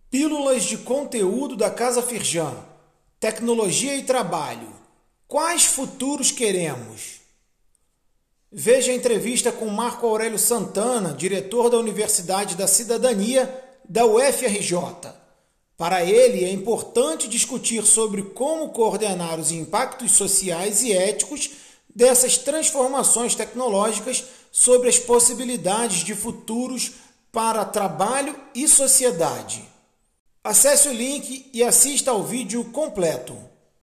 Pílulas de conteúdo da Casa Firjan. Tecnologia e trabalho. Quais futuros queremos? Veja a entrevista com Marco Aurélio Santana, diretor da Universidade da Cidadania da UFRJ. Para ele, é importante discutir sobre como coordenar os impactos sociais e éticos dessas transformações tecnológicas sobre as possibilidades de futuros para trabalho e sociedade. Acesse o link e assista ao vídeo completo.